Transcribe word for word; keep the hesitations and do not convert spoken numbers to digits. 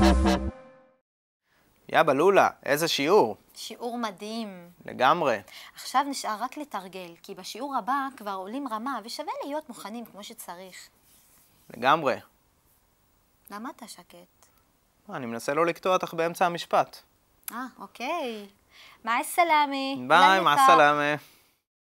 יא בלולה, איזה שיעור? שיעור מדהים. לגמרי. עכשיו נשאר רק לתרגל, כי בשיעור הבא כבר עולים רמה ושווה להיות מוכנים כמו שצריך. לגמרי. למה אתה שקט? אני מנסה לא לקטוע אותך באמצע המשפט. אה, אוקיי. מה הסלאמי? ביי, מה הסלאמה?